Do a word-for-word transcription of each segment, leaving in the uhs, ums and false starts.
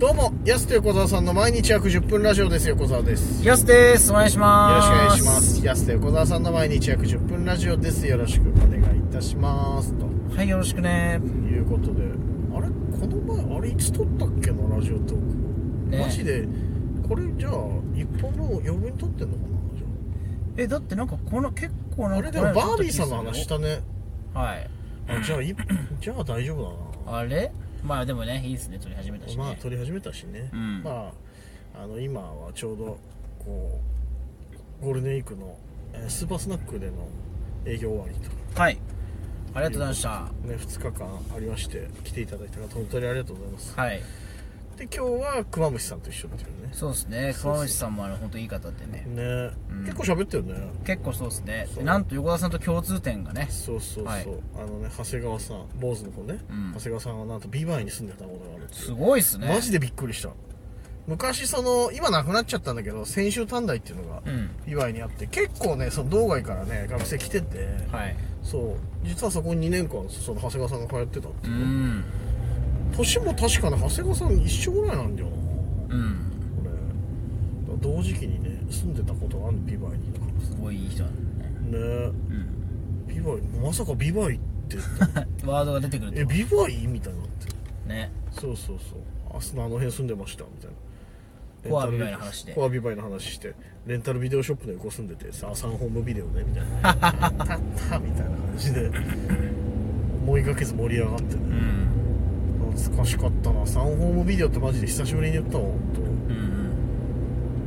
どうも、やすと横澤さんの毎日約じゅっぷんラジオです。横澤です。 やすです。お願いします。 よろしくお願いします。やすと横澤さんの毎日約じゅっぷんラジオです。よろしくお願いいたしますと。 はい、よろしくね。 ということで、あれこの前あれいつ撮ったっけな、ラジオトーク、ね、マジでこれじゃあ一本の余分に撮ってんのかな。じゃあえだってなんかこの結構なんかあれでもバービーさんの話したね。 はい。 あじゃあいじゃあ大丈夫だな。 あれまあでもね、いいですね、撮り始めたしね。 まあ撮り始めたしね、うん、まああの今はちょうどこうゴールデンウィークのスーパースナックでの営業終わりと。 はい、ありがとうございましたね。ふつかかんありまして来ていただいた方本当にありがとうございます。 はい。 で今日はクマムシさんと一緒っていうね。 そうですね、クマムシさんもあの本当いい方でね。 ね、うん、結構喋ったよね。 結構そうですね。でなんと横田さんと共通点がね。 そうそうそう、はい、あのね長谷川さん、坊主の方ね、うん、長谷川さんはなんとビバイに住んでたことがあるって。 すごいっすね。 マジでびっくりした。昔その今なくなっちゃったんだけど泉州短大っていうのがビバイにあって、うん、結構ねその道外からね学生来てて、はい、そう実はそこににねんかんその長谷川さんが通ってたっていう、ね、うん、年も確かね長谷川さん一緒ぐらいなんだよな。うん、これ同時期にね住んでたことがあるのビバイに。 すごいいい人なんだね。 ね、うん、ビバイまさかビバイってワードが出てくるとえビバイみたいになってね。そうそうそう明日のあの辺住んでましたみたいな。 コアビバイの話でコアビバイの話してレンタルビデオショップの横住んでてさあサンホームビデオねみたいなあったあったみたいな感じで思いがけず盛り上がってね、うん、懐かしかったな。サンホームビデオってマジで久しぶりに言ったわ。ほんと、うん、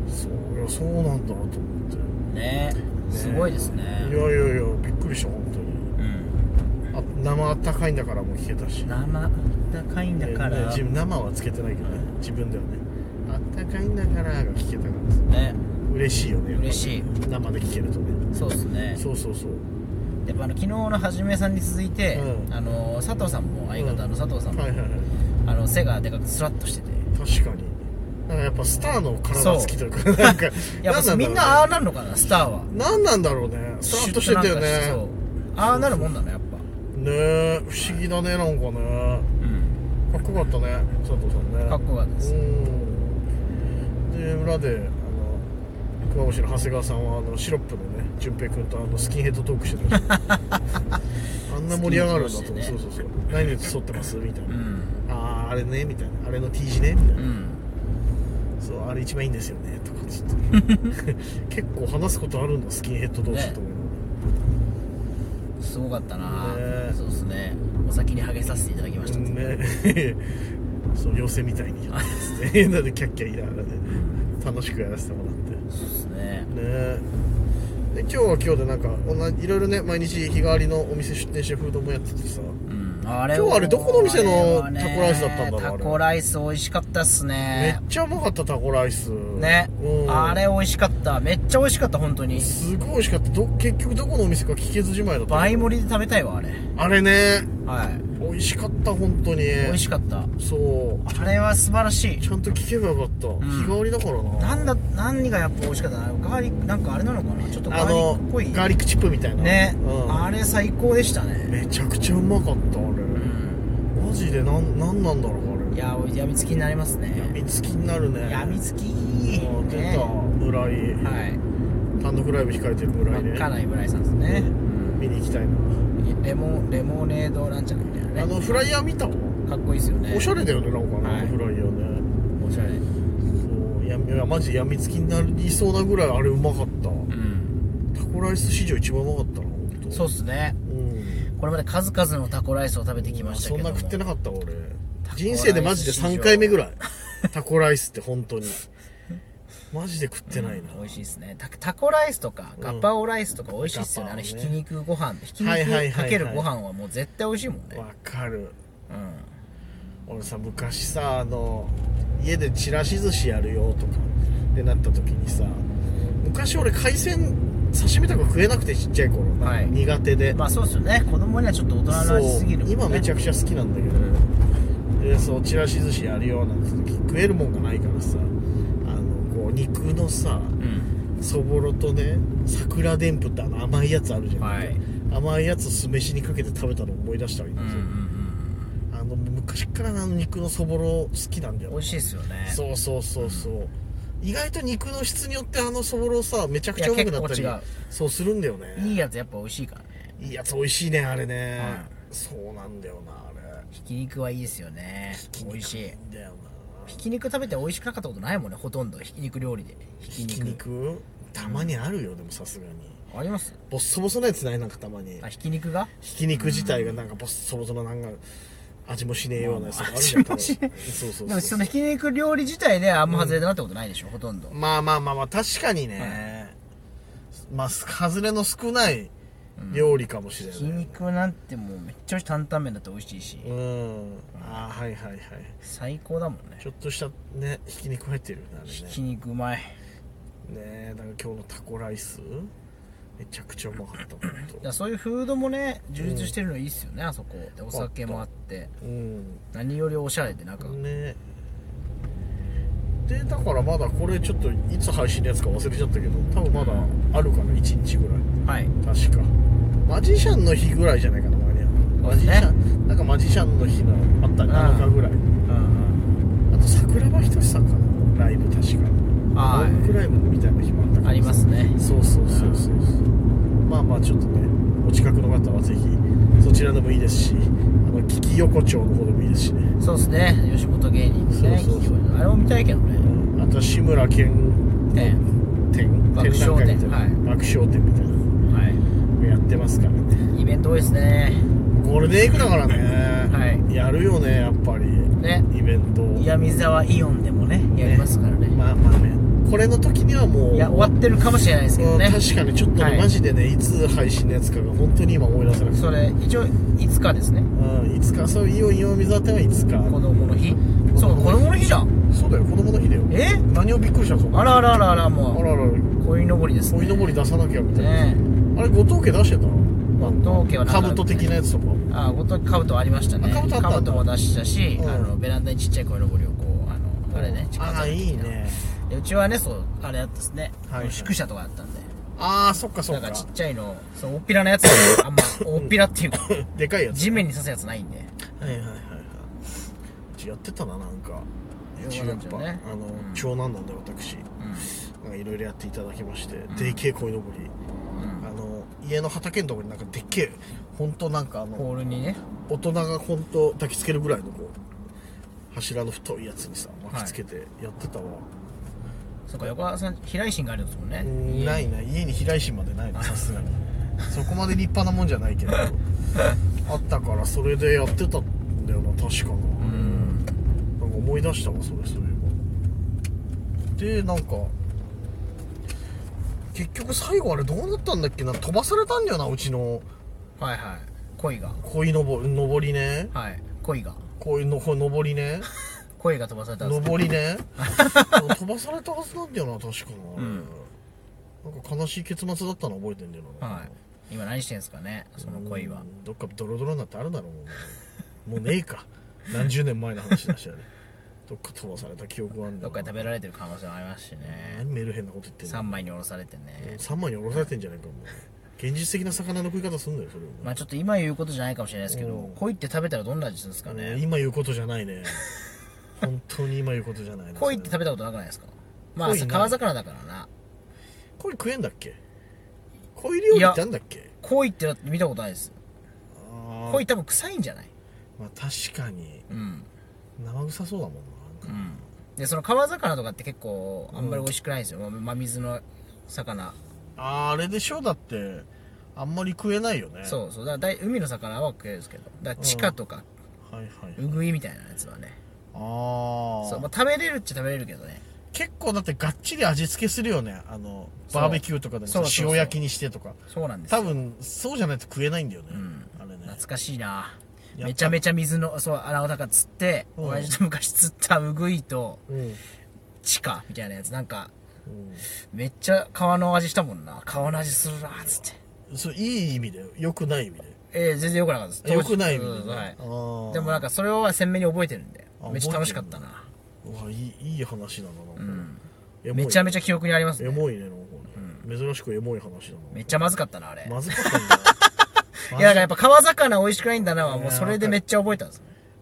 そういやそうなんだと思ってね, ねすごいですね。 いやいやいやびっくりした本当に、うん、あ生あったかいんだからも聞けたし。 生あったかいんだから、 ね、生はつけてないけどね自分ではね。あったかいんだからが聞けたからですね。嬉しいよね。 嬉しい。 生で聞けるとね。 そうですね。 そうそうそう。 やっぱあの昨日のはじめさんに続いて、うん、あの佐藤さんも相方の佐藤さんも、うんはいはいはい、あの背がでかくスラッとしてて。 確かに。なんかやっぱスターの体つきというかなんかやっぱみんなああなるのかなスターは。 なんなんだろうね。スラッとしてたよね。そうああなるもんだねやっぱ。 ねえ不思議だねなんかね。うん。かっこよかったね佐藤さんね。 かっこよかったです。うん。 で裏であの熊本の長谷川さんはあのシロップのね淳平君とあのスキンヘッドトークしてたしあんな盛り上がるんだと思う、ね、そうそうそう何に沿ってますみたいな、うん、あああれねみたいなあれの T 字ねみたいな、うん、そうあれ一番いいんですよねとかつって結構話すことあるんだスキンヘッド同士と思う、ね、 すごかったな、ね、そうですね。お先に励させていただきましたねそう妖精みたいにみんなでキャッキャ言いながらね楽しくやらせてもらって。 そうですね。 ねで今日は今日でなんかいろいろね毎日日替わりのお店出店してフードもやっててさ、うん、あれ今日はあれどこの店のタコライスだったんだろう。あれタコライス美味しかったっすね。 めっちゃうまかったタコライスね、うん、あれ美味しかった。めっちゃ美味しかった本当に。 すごい美味しかった。ど結局どこのお店か聞けずじまいだった。 倍盛りで食べたいわあれ。あれねはい美味しかった本当に美味しかった。 そうあれは素晴らしい。 ちゃんと聞けばよかった、うん、日替わりだからな。 なんだ何がやっぱ美味しかったな。ガーリックなんかあれなのかなちょっとガーリックっぽいガーリックチップみたいなね、うん、あれ最高でしたね。 めちゃくちゃうまかったあれ、うん、マジでなんなんなんだろうあれ。 いややみつきになりますね。 やみつきになるね。 やみつきー出た、ね、村井はい単独ライブ控えてる村井ね。 かなり村井さんですね、 うん、見に行きたいな。レモレモネードなんちゃらみたいなね。 あのフライヤー見た？かっこいいですよね。 おしゃれだよねなんかね、はい、フライヤーねおしゃれ。 そうやいやマジでやみつきになりそうなぐらいあれうまかった、うん、タコライス史上一番うまかったな本当。 そうっすね、うん、これまで数々のタコライスを食べてきましたけども、 そんな食ってなかった俺人生でマジでさんかいめぐらいタコライスって本当にマジで食ってないな、 うん、美味しいですね。 タ, タコライスとかガパオライスとか美味しいっすよね、うん、あれひき肉ご飯ひき肉かけるご飯はもう絶対美味しいもんね。 わかる、うん、俺さ昔さあの家でちらし寿司やるよとかってなった時にさ昔俺海鮮刺身とか食えなくてちっちゃい頃、はい、苦手で。 まあそうっすよね子供にはちょっと大人な味すぎるもんね。 今めちゃくちゃ好きなんだけど、うん、でそうちらし寿司やるよなんて時食えるもんがないからさ肉のさ、うん、そぼろとね桜でんぷってあの甘いやつあるじゃん、はい、甘いやつ酢飯にかけて食べたのを思い出したわけですよ、うんうんうん、あの昔からあの肉のそぼろ好きなんだよ。 美味しいですよね。 そうそうそうそう、うん、意外と肉の質によってあのそぼろさめちゃくちゃうまくなったりそうするんだよね。 いいやつやっぱ美味しいからね。 いいやつ美味しいねあれね、はい、そうなんだよなあれ。 ひき肉はいいですよね。美味しいんだよな。 ひき肉食べて美味しくなかったことないもんね、ほとんど。ひき肉料理でひき肉、ひき肉たまにあるよ、うん、でもさすがにあります。 ボッソボソのやつない？なんかたまに。 あ、ひき肉がひき肉自体がなんかボッソボソのなんか味もしねえようなやつがあるじゃん。 味もしねえ。そうそうそう。でもそのひき肉料理自体であんま外れてなったことないでしょ、うん、ほとんど。 まあまあまあまあ確かにね、はい、まあ外れの少ない料理かもしれない、 うん、ひき肉なんてもうめっちゃ担々麺だって美味しいし。 うん。ああはいはいはい。 最高だもんね。 ちょっとしたねひき肉入ってるよねあれね。 ひき肉うまい。 ねえ、だから今日のタコライスめちゃくちゃうまかった。 だそういうフードもね充実してるのいいっすよね、うん、あそこでお酒もあって、うん、何よりおしゃれでなんかね。でだからまだこれちょっといつ配信のやつか忘れちゃったけど多分まだあるかな、いちにちぐらい。はい確かマジシャンの日ぐらいじゃないかな。マジシャン、なんかマジシャンの日のあったなのかぐらい。うん、あと桜庭仁さんかなライブ確か。ああ。ロックライブみたいな日もあったから。 ありますね。 そうそうそうそう。まあまあちょっとねお近くの方はぜひそちらでもいいですし、あのキキ横丁の方でもいいですしね。 そうですね。吉本芸人ですね。そうそうそう。あれも見たいけどね。 うん、あとは志村けん店店爆笑店、はい、 爆笑店みたいな、はい、やってますからね。 イベント多いですね。 ゴールデンウィークだからね、はい、やるよねやっぱりねイベント。 岩見沢イオンでもねやりますからね。 まあまあねこれの時にはもういや終わってるかもしれないですけどね。 確かにちょっと、ねはい、マジでねいつ配信のやつかが本当に今思い出せなくて。 それ一応いつかですね。 うんいつかそうイオン岩見沢店はいつか。 子供の日。そう子供の日じゃん。 そうだよ子供の日だよ。え何をびっくりしたの。 あらあらあらあらもうあらあら鯉のぼりですね。 鯉のぼり出さなきゃみたいな、ね、あれ後藤家出してたの。 後藤家はカブト的なやつとか。 あ後藤家カブトありましたね。カブトあったんだ。カブトも出したし、うん、あのベランダにちっちゃい鯉のぼりをこうあのあれねああいいね。 うちはねそうあれやったですね、はいはい、宿舎とかやったんで。 ああそっかそっか。 なんかちっちゃいのそう大っぴらなやつあんま大っぴらっていうかでかいやつ地面に刺すやつないんで。 はいはいはいはい。うちやってたななんか。うちやっぱ、ね、あの、うん、長男なんで私、うん、いろいろやっていただきまして、うん、でっけえ鯉のぼり、うん、あの家の畑のところになんかでっけえ本当なんかあのポールにね大人が本当抱きつけるぐらいのこう柱の太いやつにさ巻きつけてやってたわ、はい、 そうか横川さん避雷針があるんですもんね。 んないない家に避雷針までないのさすがにそこまで立派なもんじゃないけどあったからそれでやってたんだよな確かな。うんなんか思い出したわそれそういえば。でなんか結局最後あれどうなったんだっけな。飛ばされたんだよなうちのはいはい鯉が鯉のぼのぼりね。 はい鯉が鯉ののぼりね鯉が飛ばされたんですのぼりね飛ばされたはずなんだよな確かな、うん、なんか悲しい結末だったの覚えてんだよな。 はい今何してんすかねその鯉は。 どっかドロドロになってあるだろうもうねえか何十年前の話だしよねどっか飛ばされた記憶があるんだよ。 どっかで食べられてる可能性もありますしね。 何メール変なこと言ってんの。さんまいにおろされてね。 さんまいにおろされてんじゃないかもう現実的な魚の食い方すんだよそれを。 まあちょっと今言うことじゃないかもしれないですけど鯉って食べたらどんな味するんですかね。 今言うことじゃないね本当に今言うことじゃないね。 鯉って食べたことなくないですか。まあ川魚だからな。 鯉食えんだっけ。鯉料理ってあんだっけ。 鯉ってだって見たことないです。鯉多分臭いんじゃない。 まあ確かにうん生臭そうだもんな。 うん、でその川魚とかって結構あんまり美味しくないんですよ、うん、真水の魚。 ああれでしょだってあんまり食えないよね。 そうそうだから海の魚は食えるんですけどだから地下とか、うんはいはいはい、ウグイみたいなやつはねあそう、まあ、食べれるっちゃ食べれるけどね。 結構だってがっちり味付けするよねあのバーベキューとかでも塩焼きにしてとか。 そうなんですよ。 多分そうじゃないと食えないんだよね、うん、あれね懐かしいな。めちゃめちゃ水のそう荒尾高釣って、うん、親父と昔釣ったウグイと、うん、地下みたいなやつなんか、うん、めっちゃ川の味したもんな。川の味するなっつって。 そういい意味で良くない意味で。 ええー、全然良くなかったです。 良くない意味で、ね、 はい、でもなんかそれを鮮明に覚えてるんでめっちゃ楽しかったな。 うわいいいい話だななんか、 うん、めちゃめちゃ記憶にありますね。 エモいねなんかね、うん、珍しくエモい話だな。 めっちゃまずかったなあれ。 まずかったんだいやだからやっぱ川魚美味しくないんだなはもうそれでめっちゃ覚えたんです。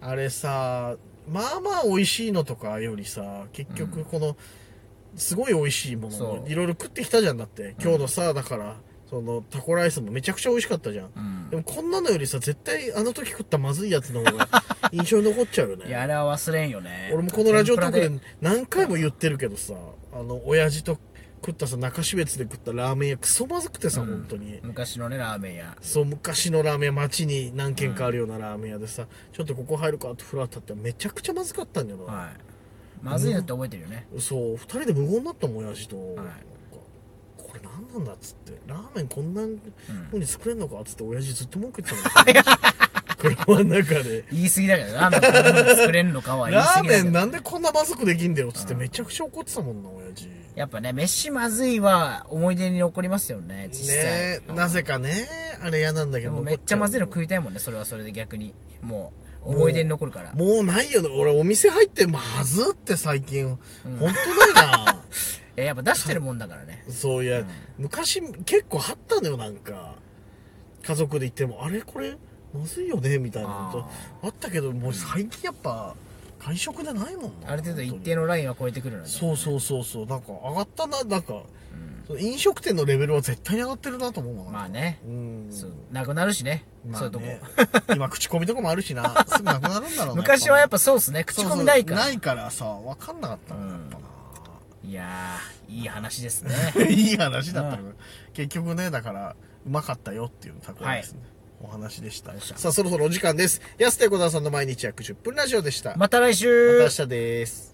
あれさ、まあまあ美味しいのとかよりさ、結局この、すごい美味しいものそうをいろいろ食ってきたじゃん。だって今日のさ、だからそのタコライスもめちゃくちゃ美味しかったじゃん、 うん、 でもこんなのよりさ、絶対あの時食ったまずいやつの方が印象に残っちゃうよね。 いや、あれは忘れんよね。 俺もこのラジオトークで何回も言ってるけどさ、あの親父と食ったさ、中標津で食ったラーメン屋クソまずくてさ、うん、本当に昔のねラーメン屋、 そう昔のラーメン屋、街に何軒かあるようなラーメン屋でさ、うん、ちょっとここ入るかってフラッとってめちゃくちゃまずかったんだよな、 はい、まずいなって覚えてるよね、 うん、そうふたりで無言になったもん親父と、はい、なんかこれ何なんだっつって、ラーメンこんな風に作れんのかっつって親父ずっと文句言ってたもん車の中で言い過ぎだけど、ラーメンこんな風に作れんのかは言い過ぎだけど、 ラーメンなんでこんなまずくできんだよっつってめちゃくちゃ怒ってたもんな親父。 やっぱね、飯まずいは思い出に残りますよね、実際ね、なぜかね、あれ嫌なんだけど、 でもめっちゃまずいの食いたいもんね、それはそれで逆にもう思い出に残るから。 もう、もうないよね、俺お店入ってまずって最近、うん、本当ないなえやっぱ出してるもんだからね。 そういや、うん、昔結構あったのよ、なんか家族で行ってもあれこれまずいよねみたいなことあったけど、もう最近やっぱ外食でないもんな。 ある程度一定のラインは超えてくるのね。 そうそうそうそう、なんか上がったな、なんか、うん、飲食店のレベルは絶対に上がってるなと思うもん。 まあね、 うん、 そうなくなるしね、まあ、ね、そういうとこ今口コミとかもあるしな、すぐなくなるんだろうな昔はやっぱそうっすね、口コミないからそうそうないからさ、分かんなかったな、うん、やっぱな。 いやーいい話ですねいい話だったの、うん、結局ね、だからうまかったよっていうタコですね、はい、お話でした。さあそろそろお時間です。安手小沢さんの毎日約じゅっぷんラジオでした。 また来週。 また明日です。